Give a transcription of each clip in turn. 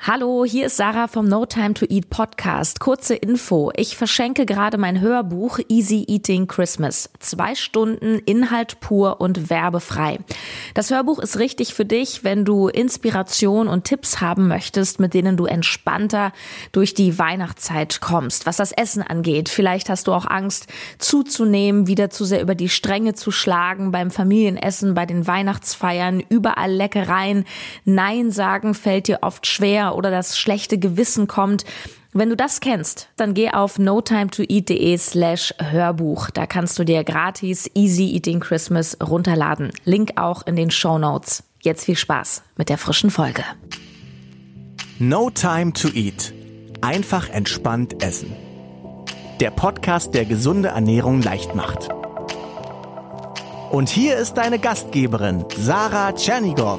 Hallo, hier ist Sarah vom No Time to Eat Podcast. Kurze Info. Ich verschenke gerade mein Hörbuch Easy Eating Christmas. 2 Stunden Inhalt pur und werbefrei. Das Hörbuch ist richtig für dich, wenn du Inspiration und Tipps haben möchtest, mit denen du entspannter durch die Weihnachtszeit kommst. Was das Essen angeht. Vielleicht hast du auch Angst zuzunehmen, wieder zu sehr über die Stränge zu schlagen beim Familienessen, bei den Weihnachtsfeiern, überall Leckereien. Nein sagen fällt dir oft schwer oder das schlechte Gewissen kommt. Wenn du das kennst, dann geh auf notimetoeat.de/Hörbuch. Da kannst du dir gratis Easy Eating Christmas runterladen. Link auch in den Shownotes. Jetzt viel Spaß mit der frischen Folge. No Time to Eat. Einfach entspannt essen. Der Podcast, der gesunde Ernährung leicht macht. Und hier ist deine Gastgeberin, Sarah Tschernigow.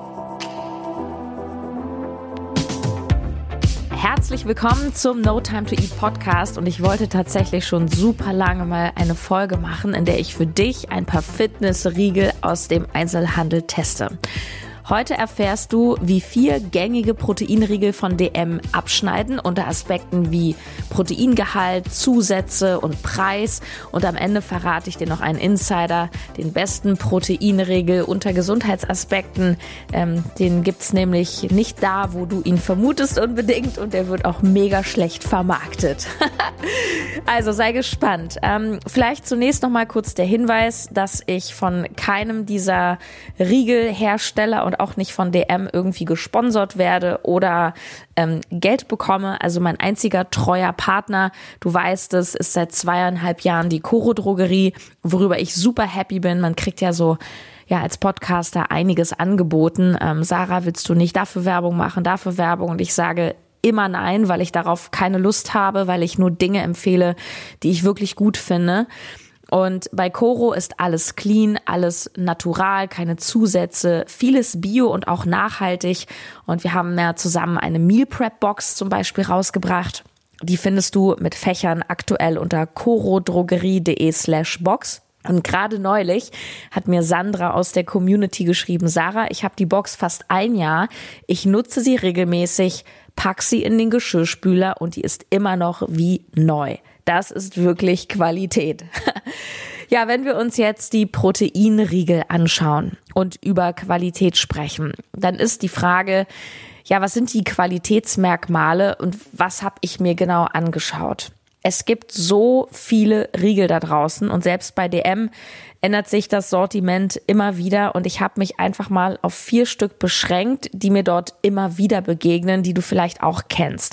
Herzlich willkommen zum No Time to Eat Podcast und ich wollte tatsächlich schon super lange mal eine Folge machen, in der ich für dich ein paar Fitnessriegel aus dem Einzelhandel teste. Heute erfährst du, wie 4 gängige Proteinriegel von DM abschneiden unter Aspekten wie Proteingehalt, Zusätze und Preis. Und am Ende verrate ich dir noch einen Insider, den besten Proteinriegel unter Gesundheitsaspekten. Den gibt's nämlich nicht da, wo du ihn vermutest unbedingt und der wird auch mega schlecht vermarktet. Also sei gespannt. Vielleicht zunächst noch mal kurz der Hinweis, dass ich von keinem dieser Riegelhersteller und auch nicht von DM irgendwie gesponsert werde oder Geld bekomme. Also mein einziger treuer Partner, du weißt es, ist seit 2,5 Jahren die Coro Drogerie, worüber ich super happy bin. Man kriegt ja so als Podcaster einiges angeboten. Sarah, willst du nicht dafür Werbung machen, dafür Werbung? Und ich sage immer nein, weil ich darauf keine Lust habe, weil ich nur Dinge empfehle, die ich wirklich gut finde. Und bei Coro ist alles clean, alles natural, keine Zusätze, vieles bio und auch nachhaltig. Und wir haben ja zusammen eine Meal Prep Box zum Beispiel rausgebracht. Die findest du mit Fächern aktuell unter corodrogerie.de/Box. Und gerade neulich hat mir Sandra aus der Community geschrieben, Sarah, ich habe die Box fast 1 Jahr, ich nutze sie regelmäßig, pack sie in den Geschirrspüler und die ist immer noch wie neu. Das ist wirklich Qualität. Ja, wenn wir uns jetzt die Proteinriegel anschauen und über Qualität sprechen, dann ist die Frage, was sind die Qualitätsmerkmale und was habe ich mir genau angeschaut? Es gibt so viele Riegel da draußen und selbst bei DM ändert sich das Sortiment immer wieder und ich habe mich einfach mal auf 4 Stück beschränkt, die mir dort immer wieder begegnen, die du vielleicht auch kennst.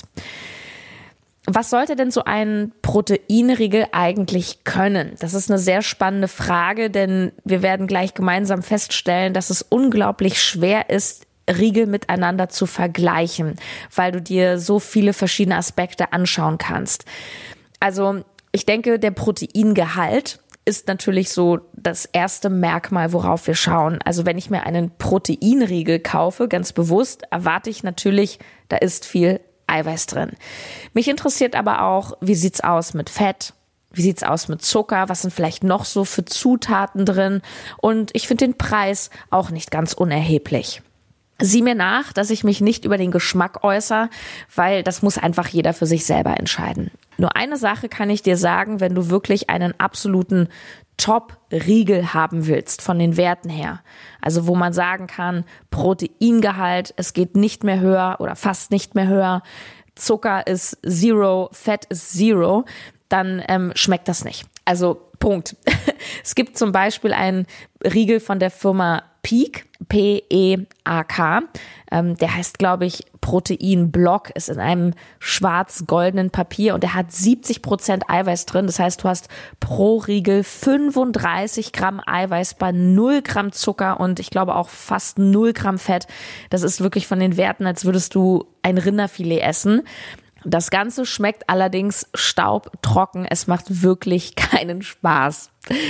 Was sollte denn so ein Proteinriegel eigentlich können? Das ist eine sehr spannende Frage, denn wir werden gleich gemeinsam feststellen, dass es unglaublich schwer ist, Riegel miteinander zu vergleichen, weil du dir so viele verschiedene Aspekte anschauen kannst. Also ich denke, der Proteingehalt ist natürlich so das erste Merkmal, worauf wir schauen. Also wenn ich mir einen Proteinriegel kaufe, ganz bewusst, erwarte ich natürlich, da ist viel Eiweiß drin. Mich interessiert aber auch, wie sieht's aus mit Fett? Wie sieht's aus mit Zucker? Was sind vielleicht noch so für Zutaten drin? Und ich finde den Preis auch nicht ganz unerheblich. Sieh mir nach, dass ich mich nicht über den Geschmack äußere, weil das muss einfach jeder für sich selber entscheiden. Nur eine Sache kann ich dir sagen, wenn du wirklich einen absoluten Top-Riegel haben willst, von den Werten her. Also wo man sagen kann, Proteingehalt, es geht nicht mehr höher oder fast nicht mehr höher, Zucker ist 0, Fett ist 0, dann schmeckt das nicht. Also Punkt. Es gibt zum Beispiel einen Riegel von der Firma Peak, P-E-A-K, der heißt, glaube ich, Proteinblock, ist in einem schwarz-goldenen Papier und der hat 70% Eiweiß drin. Das heißt, du hast pro Riegel 35 Gramm Eiweiß bei 0 Gramm Zucker und ich glaube auch fast 0 Gramm Fett. Das ist wirklich von den Werten, als würdest du ein Rinderfilet essen. Das Ganze schmeckt allerdings staubtrocken. Es macht wirklich keinen Spaß.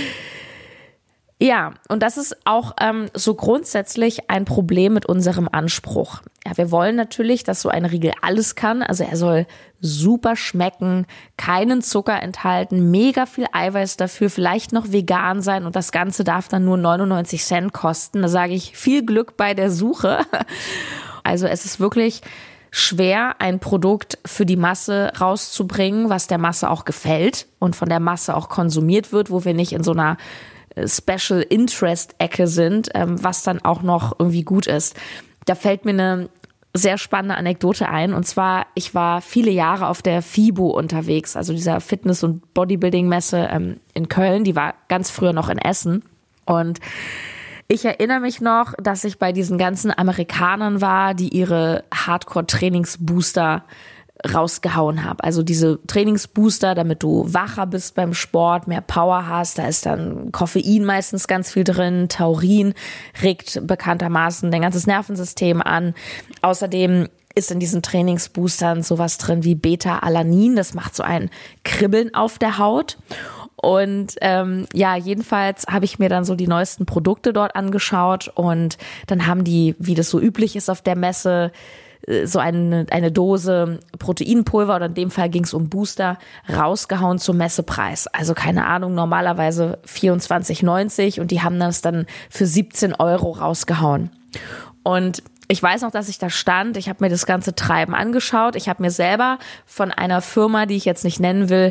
Ja, und das ist auch so grundsätzlich ein Problem mit unserem Anspruch. Ja, wir wollen natürlich, dass so ein Riegel alles kann. Also er soll super schmecken, keinen Zucker enthalten, mega viel Eiweiß dafür, vielleicht noch vegan sein und das Ganze darf dann nur 99 Cent kosten. Da sage ich viel Glück bei der Suche. Also es ist wirklich schwer, ein Produkt für die Masse rauszubringen, was der Masse auch gefällt und von der Masse auch konsumiert wird, wo wir nicht in so einer Special Interest Ecke sind, was dann auch noch irgendwie gut ist. Da fällt mir eine sehr spannende Anekdote ein. Und zwar, ich war viele Jahre auf der FIBO unterwegs, also dieser Fitness- und Bodybuilding-Messe in Köln. Die war ganz früher noch in Essen. Und ich erinnere mich noch, dass ich bei diesen ganzen Amerikanern war, die ihre Hardcore-Trainingsbooster rausgehauen habe. Also diese Trainingsbooster, damit du wacher bist beim Sport, mehr Power hast. Da ist dann Koffein meistens ganz viel drin. Taurin regt bekanntermaßen dein ganzes Nervensystem an. Außerdem ist in diesen Trainingsboostern sowas drin wie Beta-Alanin. Das macht so ein Kribbeln auf der Haut. Und jedenfalls habe ich mir dann so die neuesten Produkte dort angeschaut. Und dann haben die, wie das so üblich ist auf der Messe, so eine Dose Proteinpulver, oder in dem Fall ging es um Booster, rausgehauen zum Messepreis. Also keine Ahnung, normalerweise 24,90 und die haben das dann für 17 Euro rausgehauen. Und ich weiß noch, dass ich da stand, ich habe mir das ganze Treiben angeschaut. Ich habe mir selber von einer Firma, die ich jetzt nicht nennen will,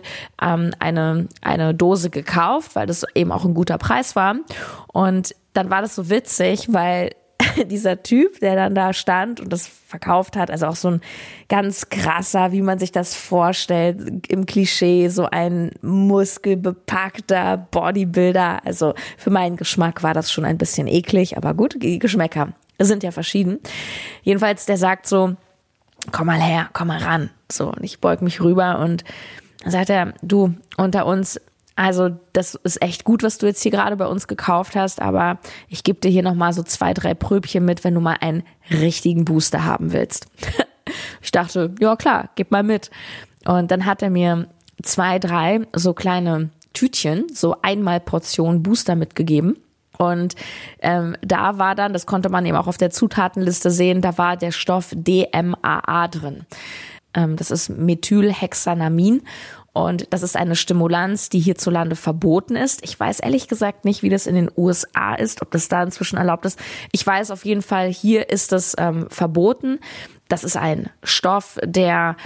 eine Dose gekauft, weil das eben auch ein guter Preis war. Und dann war das so witzig, weil dieser Typ, der dann da stand und das verkauft hat, also auch so ein ganz krasser, wie man sich das vorstellt, im Klischee, so ein muskelbepackter Bodybuilder. Also für meinen Geschmack war das schon ein bisschen eklig, aber gut, die Geschmäcker sind ja verschieden. Jedenfalls, der sagt so, komm mal her, komm mal ran. So, und ich beug mich rüber und dann sagt er, du, unter uns, also das ist echt gut, was du jetzt hier gerade bei uns gekauft hast, aber ich gebe dir hier nochmal so 2, 3 Pröbchen mit, wenn du mal einen richtigen Booster haben willst. Ich dachte, ja klar, gib mal mit. Und dann hat er mir 2, 3 so kleine Tütchen, so einmal Portion Booster mitgegeben. Und da war dann, das konnte man eben auch auf der Zutatenliste sehen, da war der Stoff DMAA drin. Das ist Methylhexanamin. Und das ist eine Stimulanz, die hierzulande verboten ist. Ich weiß ehrlich gesagt nicht, wie das in den USA ist, ob das da inzwischen erlaubt ist. Ich weiß auf jeden Fall, hier ist es verboten. Das ist ein Stoff, der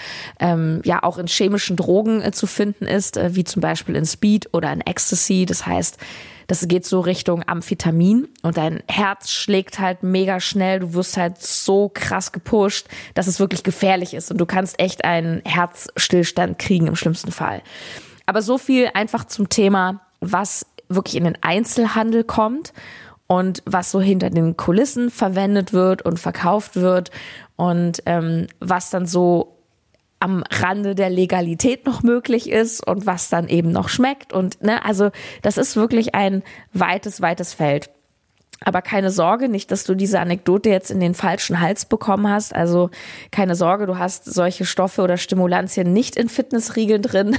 auch in chemischen Drogen zu finden ist, wie zum Beispiel in Speed oder in Ecstasy. Das heißt, das geht so Richtung Amphetamin und dein Herz schlägt halt mega schnell. Du wirst halt so krass gepusht, dass es wirklich gefährlich ist und du kannst echt einen Herzstillstand kriegen im schlimmsten Fall. Aber so viel einfach zum Thema, was wirklich in den Einzelhandel kommt und was so hinter den Kulissen verwendet wird und verkauft wird und was dann so am Rande der Legalität noch möglich ist und was dann eben noch schmeckt und also das ist wirklich ein weites Feld. Aber keine Sorge, nicht, dass du diese Anekdote jetzt in den falschen Hals bekommen hast. Also keine Sorge, du hast solche Stoffe oder Stimulantien nicht in Fitnessriegeln drin.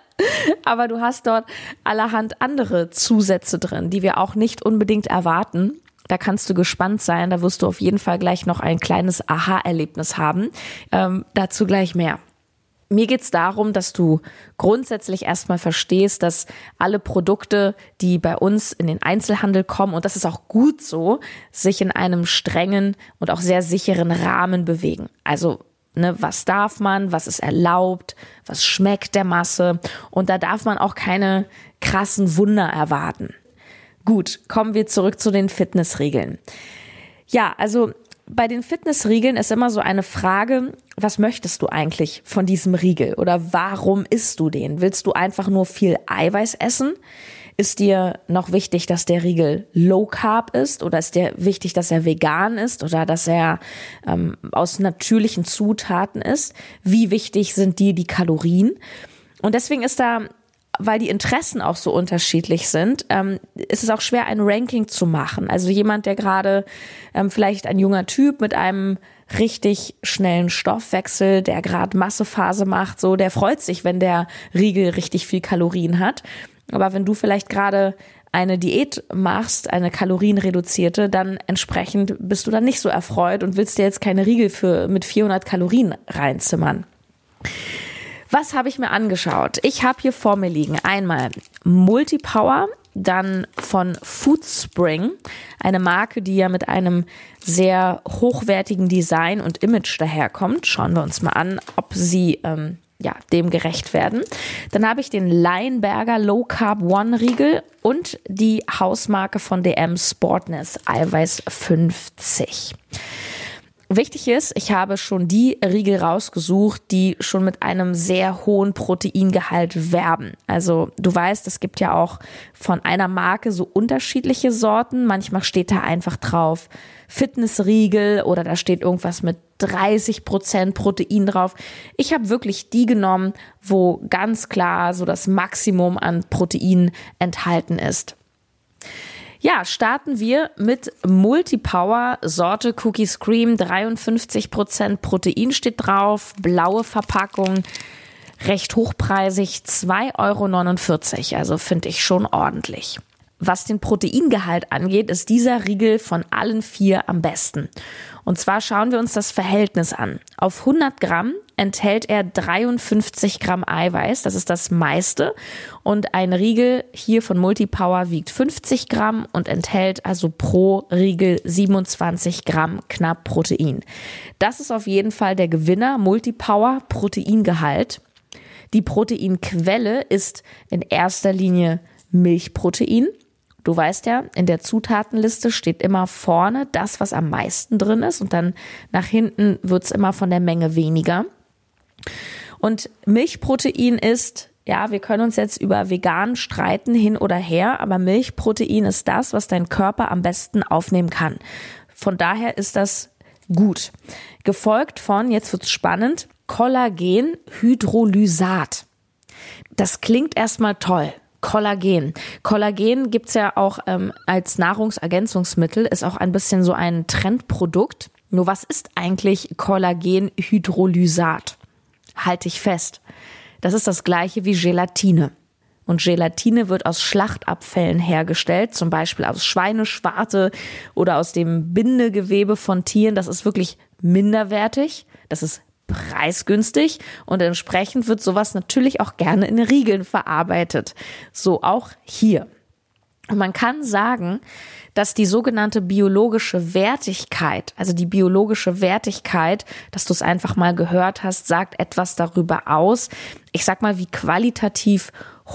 Aber du hast dort allerhand andere Zusätze drin, die wir auch nicht unbedingt erwarten. Da kannst du gespannt sein. Da wirst du auf jeden Fall gleich noch ein kleines Aha-Erlebnis haben. Dazu gleich mehr. Mir geht's darum, dass du grundsätzlich erstmal verstehst, dass alle Produkte, die bei uns in den Einzelhandel kommen, und das ist auch gut so, sich in einem strengen und auch sehr sicheren Rahmen bewegen. Also, was darf man, was ist erlaubt, was schmeckt der Masse, und da darf man auch keine krassen Wunder erwarten. Gut, kommen wir zurück zu den Fitnessriegeln. Ja, also bei den Fitnessriegeln ist immer so eine Frage, was möchtest du eigentlich von diesem Riegel oder warum isst du den? Willst du einfach nur viel Eiweiß essen? Ist dir noch wichtig, dass der Riegel Low Carb ist oder ist dir wichtig, dass er vegan ist oder dass er aus natürlichen Zutaten ist? Wie wichtig sind dir die Kalorien? Und deswegen ist da, weil die Interessen auch so unterschiedlich sind, ist es auch schwer, ein Ranking zu machen. Also jemand, der gerade vielleicht ein junger Typ mit einem richtig schnellen Stoffwechsel, der gerade Massephase macht, so, der freut sich, wenn der Riegel richtig viel Kalorien hat. Aber wenn du vielleicht gerade eine Diät machst, eine kalorienreduzierte, dann entsprechend bist du dann nicht so erfreut und willst dir jetzt keine Riegel mit 400 Kalorien reinzimmern. Was habe ich mir angeschaut? Ich habe hier vor mir liegen einmal Multipower. dann von Foodspring, eine Marke, die ja mit einem sehr hochwertigen Design und Image daherkommt. Schauen wir uns mal an, ob sie dem gerecht werden. Dann habe ich den Leinberger Low Carb One Riegel und die Hausmarke von DM Sportness Eiweiß 50. Wichtig ist, ich habe schon die Riegel rausgesucht, die schon mit einem sehr hohen Proteingehalt werben. Also du weißt, es gibt ja auch von einer Marke so unterschiedliche Sorten. Manchmal steht da einfach drauf Fitnessriegel oder da steht irgendwas mit 30% Protein drauf. Ich habe wirklich die genommen, wo ganz klar so das Maximum an Protein enthalten ist. Ja, starten wir mit Multipower, Sorte Cookies Cream, 53% Protein steht drauf, blaue Verpackung, recht hochpreisig, 2,49 €, also finde ich schon ordentlich. Was den Proteingehalt angeht, ist dieser Riegel von allen 4 am besten. Und zwar schauen wir uns das Verhältnis an. Auf 100 Gramm enthält er 53 Gramm Eiweiß, das ist das meiste. Und ein Riegel hier von Multipower wiegt 50 Gramm und enthält also pro Riegel 27 Gramm knapp Protein. Das ist auf jeden Fall der Gewinner, Multipower Proteingehalt. Die Proteinquelle ist in erster Linie Milchprotein. Du weißt ja, in der Zutatenliste steht immer vorne das, was am meisten drin ist und dann nach hinten wird es immer von der Menge weniger. Und Milchprotein ist, ja, wir können uns jetzt über vegan streiten, hin oder her, aber Milchprotein ist das, was dein Körper am besten aufnehmen kann. Von daher ist das gut. Gefolgt von, jetzt wird's spannend, Kollagenhydrolysat. Das klingt erstmal toll. Kollagen. Kollagen gibt's ja auch als Nahrungsergänzungsmittel, ist auch ein bisschen so ein Trendprodukt. Nur was ist eigentlich Kollagenhydrolysat? Halte ich fest. Das ist das gleiche wie Gelatine. Und Gelatine wird aus Schlachtabfällen hergestellt, zum Beispiel aus Schweineschwarte oder aus dem Bindegewebe von Tieren. Das ist wirklich minderwertig. Das ist preisgünstig und entsprechend wird sowas natürlich auch gerne in Riegeln verarbeitet. So auch hier. Und man kann sagen, dass die sogenannte biologische Wertigkeit, dass du es einfach mal gehört hast, sagt etwas darüber aus. Ich sag mal, wie qualitativ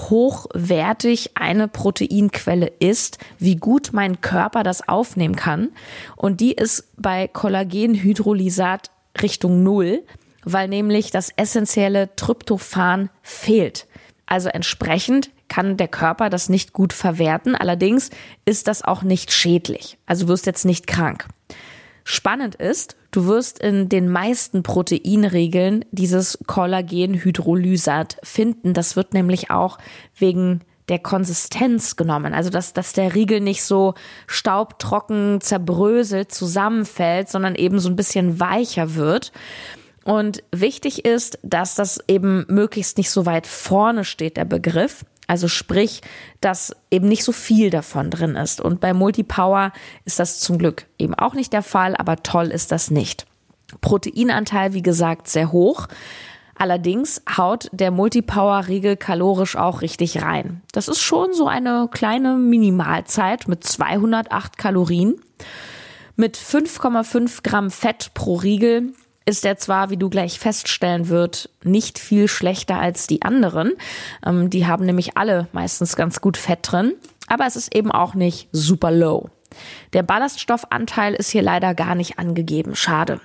hochwertig eine Proteinquelle ist, wie gut mein Körper das aufnehmen kann. Und die ist bei Kollagenhydrolysat Richtung 0, weil nämlich das essentielle Tryptophan fehlt. Also entsprechend kann der Körper das nicht gut verwerten. Allerdings ist das auch nicht schädlich. Also du wirst jetzt nicht krank. Spannend ist, du wirst in den meisten Proteinriegeln dieses Kollagenhydrolysat finden. Das wird nämlich auch wegen der Konsistenz genommen. Also dass der Riegel nicht so staubtrocken, zerbröselt zusammenfällt, sondern eben so ein bisschen weicher wird. Und wichtig ist, dass das eben möglichst nicht so weit vorne steht, der Begriff. Also sprich, dass eben nicht so viel davon drin ist. Und bei Multipower ist das zum Glück eben auch nicht der Fall, aber toll ist das nicht. Proteinanteil, wie gesagt, sehr hoch. Allerdings haut der Multipower-Riegel kalorisch auch richtig rein. Das ist schon so eine kleine Minimalzeit mit 208 Kalorien. Mit 5,5 Gramm Fett pro Riegel ist er zwar, wie du gleich feststellen wirst, nicht viel schlechter als die anderen. Die haben nämlich alle meistens ganz gut Fett drin, aber es ist eben auch nicht super low. Der Ballaststoffanteil ist hier leider gar nicht angegeben, schade.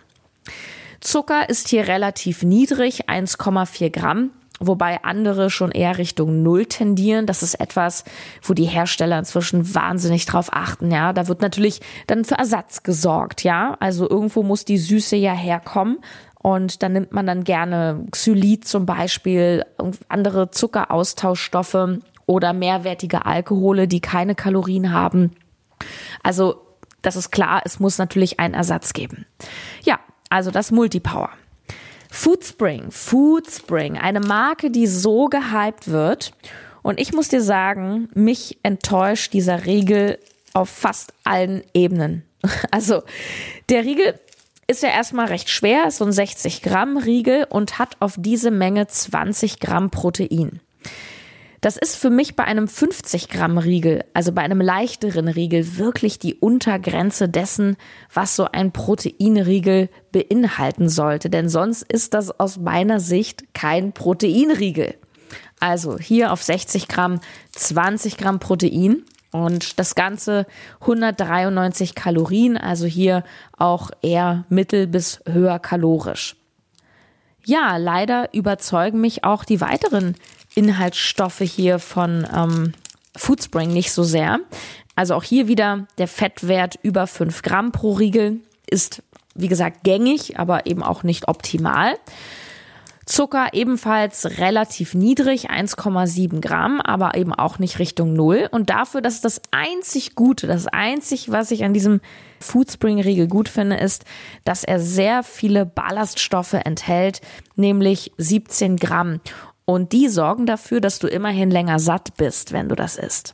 Zucker ist hier relativ niedrig, 1,4 Gramm, wobei andere schon eher Richtung 0 tendieren. Das ist etwas, wo die Hersteller inzwischen wahnsinnig drauf achten, ja. Da wird natürlich dann für Ersatz gesorgt, ja. Also irgendwo muss die Süße ja herkommen und dann nimmt man dann gerne Xylit zum Beispiel, andere Zuckeraustauschstoffe oder mehrwertige Alkohole, die keine Kalorien haben. Also das ist klar, es muss natürlich einen Ersatz geben. Ja, also das Multipower. Foodspring, eine Marke, die so gehypt wird. Und ich muss dir sagen, mich enttäuscht dieser Riegel auf fast allen Ebenen. Also der Riegel ist ja erstmal recht schwer, ist so ein 60 Gramm Riegel und hat auf diese Menge 20 Gramm Protein. Das ist für mich bei einem 50 Gramm Riegel, also bei einem leichteren Riegel, wirklich die Untergrenze dessen, was so ein Proteinriegel beinhalten sollte. Denn sonst ist das aus meiner Sicht kein Proteinriegel. Also hier auf 60 Gramm 20 Gramm Protein und das Ganze 193 Kalorien, also hier auch eher mittel- bis höher kalorisch. Ja, leider überzeugen mich auch die weiteren Inhaltsstoffe hier von Foodspring nicht so sehr. Also auch hier wieder der Fettwert über 5 Gramm pro Riegel ist, wie gesagt, gängig, aber eben auch nicht optimal. Zucker ebenfalls relativ niedrig, 1,7 Gramm, aber eben auch nicht Richtung 0. Und dafür, dass das einzig Gute, das einzig, was ich an diesem Foodspring-Riegel gut finde, ist, dass er sehr viele Ballaststoffe enthält, nämlich 17 Gramm. Und die sorgen dafür, dass du immerhin länger satt bist, wenn du das isst.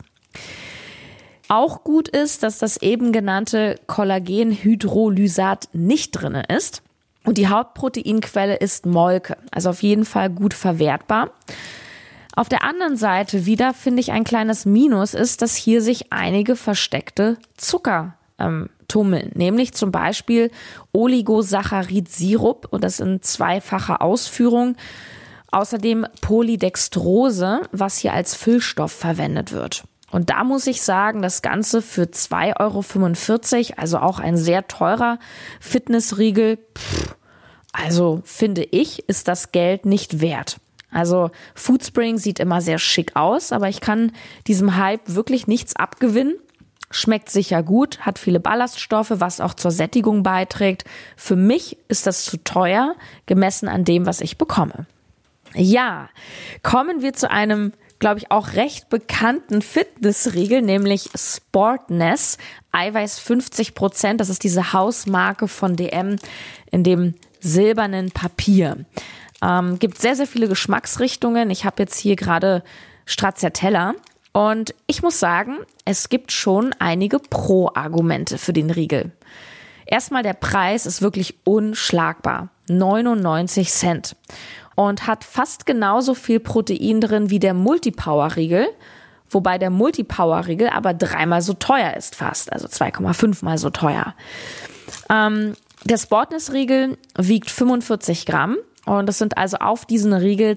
Auch gut ist, dass das eben genannte Kollagenhydrolysat nicht drin ist. Und die Hauptproteinquelle ist Molke, also auf jeden Fall gut verwertbar. Auf der anderen Seite wieder finde ich ein kleines Minus ist, dass hier sich einige versteckte Zucker tummeln, nämlich zum Beispiel Oligosaccharid-Sirup und das in zweifacher Ausführung. Außerdem Polydextrose, was hier als Füllstoff verwendet wird. Und da muss ich sagen, das Ganze für 2,45 €, also auch ein sehr teurer Fitnessriegel, also finde ich, ist das Geld nicht wert. Also Foodspring sieht immer sehr schick aus, aber ich kann diesem Hype wirklich nichts abgewinnen. Schmeckt sicher gut, hat viele Ballaststoffe, was auch zur Sättigung beiträgt. Für mich ist das zu teuer, gemessen an dem, was ich bekomme. Ja, kommen wir zu einem, glaube ich, auch recht bekannten Fitnessriegel, nämlich Sportness, Eiweiß 50%. Das ist diese Hausmarke von DM in dem silbernen Papier. Gibt sehr, sehr viele Geschmacksrichtungen. Ich habe jetzt hier gerade Stracciatella und ich muss sagen, es gibt schon einige Pro-Argumente für den Riegel. Erstmal der Preis ist wirklich unschlagbar. 99 Cent. Und hat fast genauso viel Protein drin wie der Multipower-Riegel, wobei der Multipower-Riegel aber 3-mal so teuer ist fast, also 2,5-mal so teuer. Der Sportness-Riegel wiegt 45 Gramm und das sind also auf diesen Riegel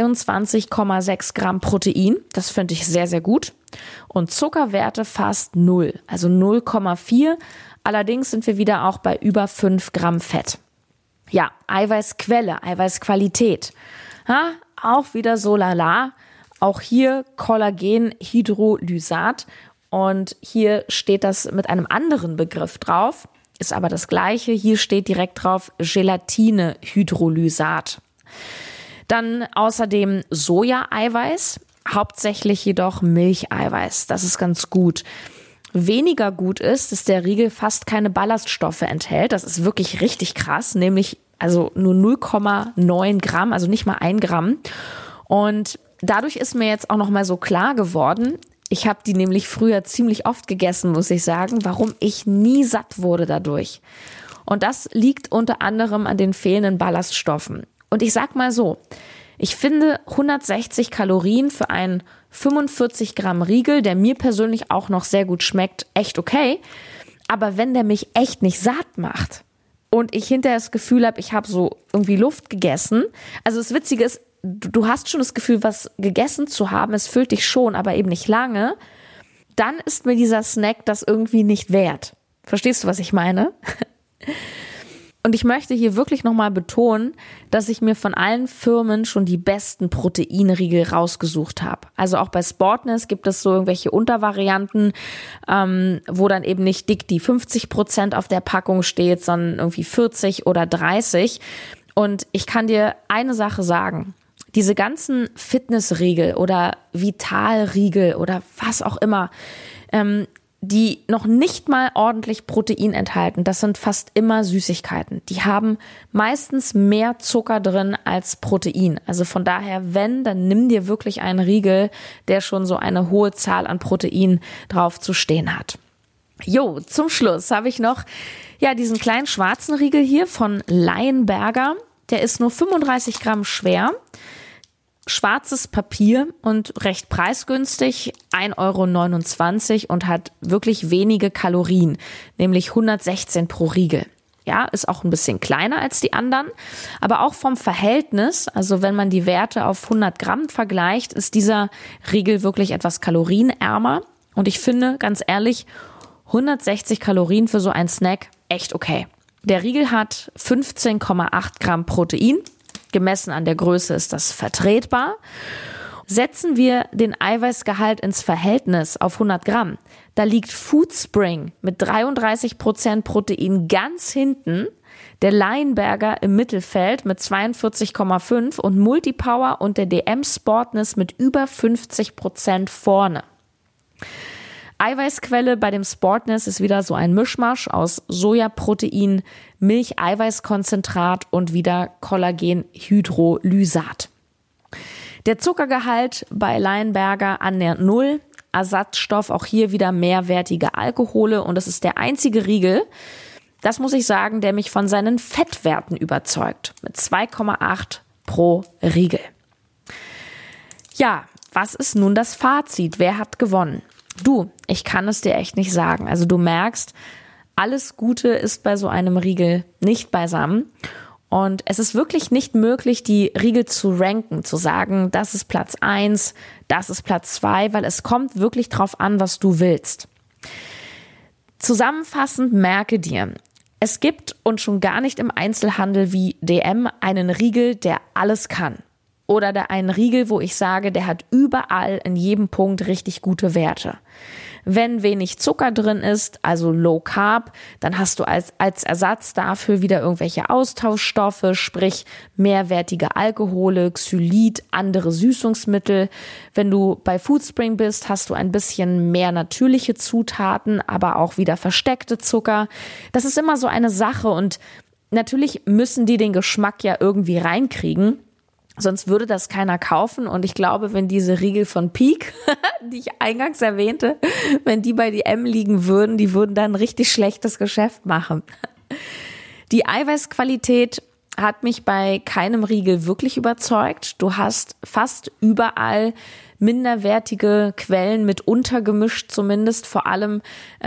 22,6 Gramm Protein. Das finde ich sehr, sehr gut. Und Zuckerwerte fast 0, also 0,4. Allerdings sind wir wieder auch bei über 5 Gramm Fett. Ja, Eiweißquelle, Eiweißqualität. Ja, auch wieder so lala. Auch hier Kollagenhydrolysat. Und hier steht das mit einem anderen Begriff drauf. Ist aber das gleiche. Hier steht direkt drauf Gelatinehydrolysat. Dann außerdem Sojaeiweiß, hauptsächlich jedoch Milcheiweiß. Das ist ganz gut. Weniger gut ist, dass der Riegel fast keine Ballaststoffe enthält. Das ist wirklich richtig krass, nämlich also nur 0,9 Gramm, also nicht mal 1 Gramm. Und dadurch ist mir jetzt auch noch mal so klar geworden, ich habe die nämlich früher ziemlich oft gegessen, muss ich sagen, warum ich nie satt wurde dadurch. Und das liegt unter anderem an den fehlenden Ballaststoffen. Und ich sag mal so, ich finde 160 Kalorien für einen 45 Gramm Riegel, der mir persönlich auch noch sehr gut schmeckt, echt okay. Aber wenn der mich echt nicht satt macht und ich hinterher das Gefühl habe, ich habe so irgendwie Luft gegessen. Also das Witzige ist, du hast schon das Gefühl, was gegessen zu haben, es füllt dich schon, aber eben nicht lange. Dann ist mir dieser Snack das irgendwie nicht wert. Verstehst du, was ich meine? Und ich möchte hier wirklich nochmal betonen, dass ich mir von allen Firmen schon die besten Proteinriegel rausgesucht habe. Also auch bei Sportness gibt es so irgendwelche Untervarianten, wo dann eben nicht dick die 50% auf der Packung steht, sondern irgendwie 40 oder 30. Und ich kann dir eine Sache sagen. Diese ganzen Fitnessriegel oder Vitalriegel oder was auch immer, die noch nicht mal ordentlich Protein enthalten, das sind fast immer Süßigkeiten. Die haben meistens mehr Zucker drin als Protein. Also von daher, wenn, dann nimm dir wirklich einen Riegel, der schon so eine hohe Zahl an Protein drauf zu stehen hat. Jo, zum Schluss habe ich noch diesen kleinen schwarzen Riegel hier von Lionberger. Der ist nur 35 Gramm schwer. schwarzes Papier und recht preisgünstig, 1,29 € und hat wirklich wenige Kalorien, nämlich 116 pro Riegel. Ja, ist auch ein bisschen kleiner als die anderen, aber auch vom Verhältnis, also wenn man die Werte auf 100 Gramm vergleicht, ist dieser Riegel wirklich etwas kalorienärmer. Und ich finde, ganz ehrlich, 160 Kalorien für so einen Snack echt okay. Der Riegel hat 15,8 Gramm Protein. Gemessen an der Größe ist das vertretbar. Setzen wir den Eiweißgehalt ins Verhältnis auf 100 Gramm, da liegt Foodspring mit 33% Protein ganz hinten, der Lionberger im Mittelfeld mit 42,5 und Multipower und der DM Sportness mit über 50% vorne. Eiweißquelle bei dem Sportness ist wieder so ein Mischmasch aus Sojaprotein, Milcheiweißkonzentrat und wieder Kollagenhydrolysat. Der Zuckergehalt bei Lionberger annähernd 0, Ersatzstoff auch hier wieder mehrwertige Alkohole und es ist der einzige Riegel, das muss ich sagen, der mich von seinen Fettwerten überzeugt, mit 2,8 pro Riegel. Ja, was ist nun das Fazit? Wer hat gewonnen? Du, ich kann es dir echt nicht sagen. Also du merkst, alles Gute ist bei so einem Riegel nicht beisammen. Und es ist wirklich nicht möglich, die Riegel zu ranken, zu sagen, das ist Platz 1, das ist Platz 2, weil es kommt wirklich drauf an, was du willst. Zusammenfassend merke dir, es gibt und schon gar nicht im Einzelhandel wie DM einen Riegel, der alles kann. Oder einen Riegel, wo ich sage, der hat überall in jedem Punkt richtig gute Werte. Wenn wenig Zucker drin ist, also Low Carb, dann hast du als Ersatz dafür wieder irgendwelche Austauschstoffe, sprich mehrwertige Alkohole, Xylit, andere Süßungsmittel. Wenn du bei Foodspring bist, hast du ein bisschen mehr natürliche Zutaten, aber auch wieder versteckte Zucker. Das ist immer so eine Sache und natürlich müssen die den Geschmack ja irgendwie reinkriegen. Sonst würde das keiner kaufen und ich glaube, wenn diese Riegel von Peak, die ich eingangs erwähnte, wenn die bei DM liegen würden, die würden dann ein richtig schlechtes Geschäft machen. Die Eiweißqualität hat mich bei keinem Riegel wirklich überzeugt. Du hast fast überall minderwertige Quellen mit untergemischt, zumindest vor allem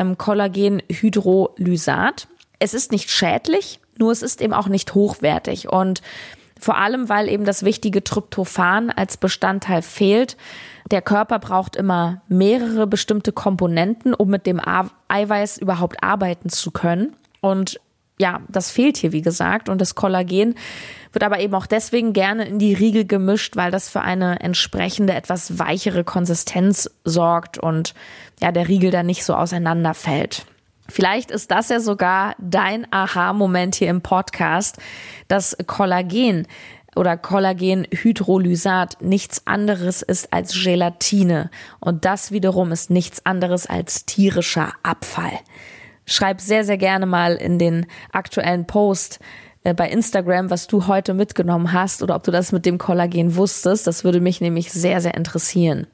Kollagenhydrolysat. Es ist nicht schädlich, nur es ist eben auch nicht hochwertig und vor allem, weil eben das wichtige Tryptophan als Bestandteil fehlt. Der Körper braucht immer mehrere bestimmte Komponenten, um mit dem Eiweiß überhaupt arbeiten zu können. Und ja, das fehlt hier, wie gesagt. Und das Kollagen wird aber eben auch deswegen gerne in die Riegel gemischt, weil das für eine entsprechende, etwas weichere Konsistenz sorgt und ja, der Riegel dann nicht so auseinanderfällt. Vielleicht ist das ja sogar dein Aha-Moment hier im Podcast, dass Kollagen oder Kollagenhydrolysat nichts anderes ist als Gelatine. Und das wiederum ist nichts anderes als tierischer Abfall. Schreib sehr, sehr gerne mal in den aktuellen Post bei Instagram, was du heute mitgenommen hast oder ob du das mit dem Kollagen wusstest. Das würde mich nämlich sehr, sehr interessieren.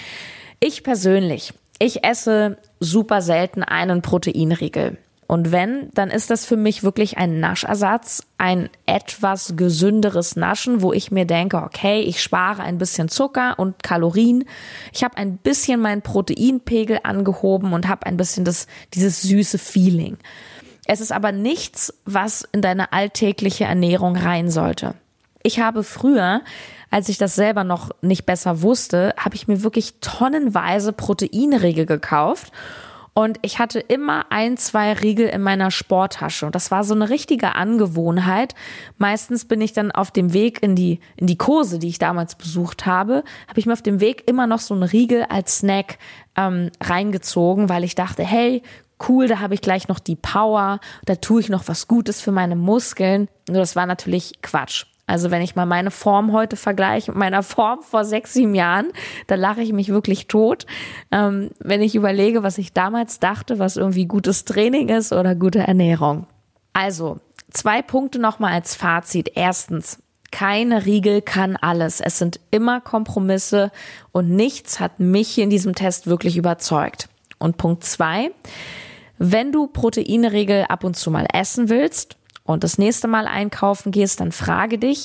Ich persönlich, ich esse super selten einen Proteinriegel. Und wenn, dann ist das für mich wirklich ein Naschersatz, ein etwas gesünderes Naschen, wo ich mir denke, okay, ich spare ein bisschen Zucker und Kalorien. Ich habe ein bisschen meinen Proteinpegel angehoben und habe ein bisschen dieses süße Feeling. Es ist aber nichts, was in deine alltägliche Ernährung rein sollte. Ich habe früher, als ich das selber noch nicht besser wusste, habe ich mir wirklich tonnenweise Proteinriegel gekauft und ich hatte immer 1-2 Riegel in meiner Sporttasche und das war so eine richtige Angewohnheit. Meistens bin ich dann auf dem Weg in die Kurse, die ich damals besucht habe ich mir auf dem Weg immer noch so einen Riegel als Snack reingezogen, weil ich dachte, hey, cool, da habe ich gleich noch die Power, da tue ich noch was Gutes für meine Muskeln. Nur das war natürlich Quatsch. Also wenn ich mal meine Form heute vergleiche mit meiner Form vor 6-7 Jahren, da lache ich mich wirklich tot. Wenn ich überlege, was ich damals dachte, was irgendwie gutes Training ist oder gute Ernährung. Also 2 Punkte nochmal als Fazit. Erstens, keine Riegel kann alles. Es sind immer Kompromisse und nichts hat mich in diesem Test wirklich überzeugt. Und Punkt 2, wenn du Proteinriegel ab und zu mal essen willst, und das nächste Mal einkaufen gehst, dann frage dich,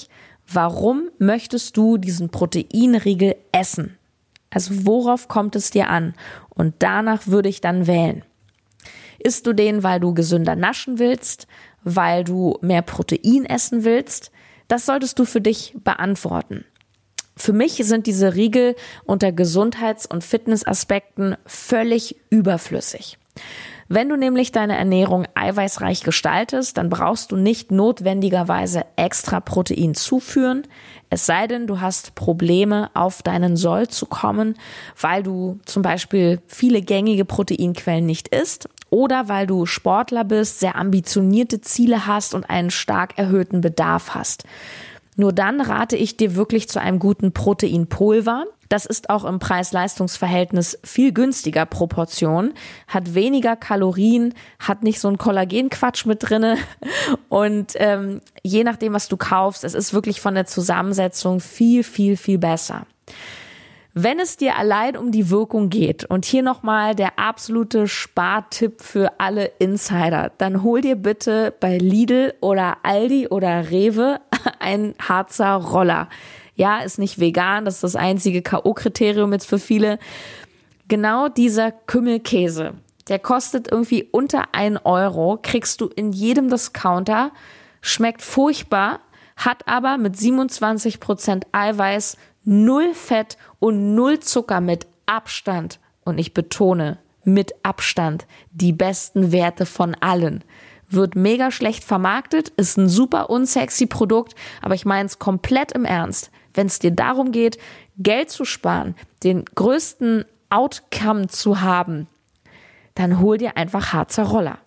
Warum möchtest du diesen Proteinriegel essen? Also worauf kommt es dir an? Und danach würde ich dann wählen. Isst du den, weil du gesünder naschen willst, weil du mehr Protein essen willst? Das solltest du für dich beantworten. Für mich sind diese Riegel unter Gesundheits- und Fitnessaspekten völlig überflüssig. Wenn du nämlich deine Ernährung eiweißreich gestaltest, dann brauchst du nicht notwendigerweise extra Protein zuführen, es sei denn, du hast Probleme, auf deinen Soll zu kommen, weil du zum Beispiel viele gängige Proteinquellen nicht isst oder weil du Sportler bist, sehr ambitionierte Ziele hast und einen stark erhöhten Bedarf hast. Nur dann rate ich dir wirklich zu einem guten Proteinpulver. Das ist auch im Preis-Leistungs-Verhältnis viel günstiger Proportion, hat weniger Kalorien, hat nicht so einen Kollagenquatsch mit drinne und je nachdem, was du kaufst, es ist wirklich von der Zusammensetzung viel, viel, viel besser. Wenn es dir allein um die Wirkung geht und hier nochmal der absolute Spartipp für alle Insider, dann hol dir bitte bei Lidl oder Aldi oder Rewe einen Harzer Roller. Ja, ist nicht vegan, das ist das einzige K.O.-Kriterium jetzt für viele. Genau dieser Kümmelkäse, der kostet irgendwie unter 1 Euro, kriegst du in jedem Discounter, schmeckt furchtbar, hat aber mit 27% Eiweiß, 0 Fett und 0 Zucker mit Abstand, und ich betone, mit Abstand, die besten Werte von allen. Wird mega schlecht vermarktet, ist ein super unsexy Produkt, aber ich meine es komplett im Ernst. Wenn es dir darum geht, Geld zu sparen, den größten Outcome zu haben, dann hol dir einfach Harzer Roller.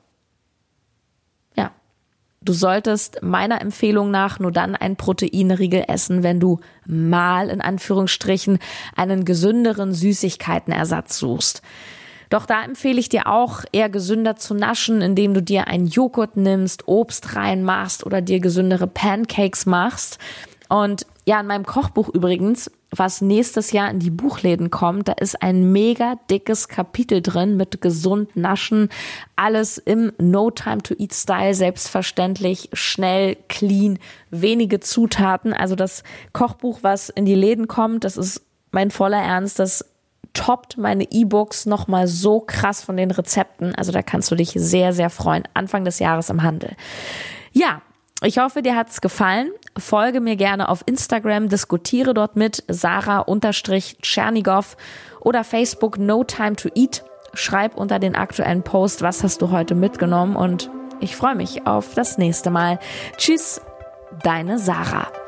Ja, du solltest meiner Empfehlung nach nur dann einen Proteinriegel essen, wenn du mal in Anführungsstrichen einen gesünderen Süßigkeitenersatz suchst. Doch da empfehle ich dir auch, eher gesünder zu naschen, indem du dir einen Joghurt nimmst, Obst reinmachst oder dir gesündere Pancakes machst. Und ja, in meinem Kochbuch übrigens, was nächstes Jahr in die Buchläden kommt, da ist ein mega dickes Kapitel drin mit gesund naschen. Alles im No-Time-to-Eat-Style, selbstverständlich, schnell, clean, wenige Zutaten. Also das Kochbuch, was in die Läden kommt, das ist mein voller Ernst, das toppt meine E-Books nochmal so krass von den Rezepten. Also da kannst du dich sehr, sehr freuen. Anfang des Jahres im Handel. Ja, ich hoffe, dir hat's gefallen. Folge mir gerne auf Instagram, diskutiere dort mit Sarah_Tschernigow oder Facebook No Time to Eat. Schreib unter den aktuellen Post, was hast du heute mitgenommen, und ich freue mich auf das nächste Mal. Tschüss, deine Sarah.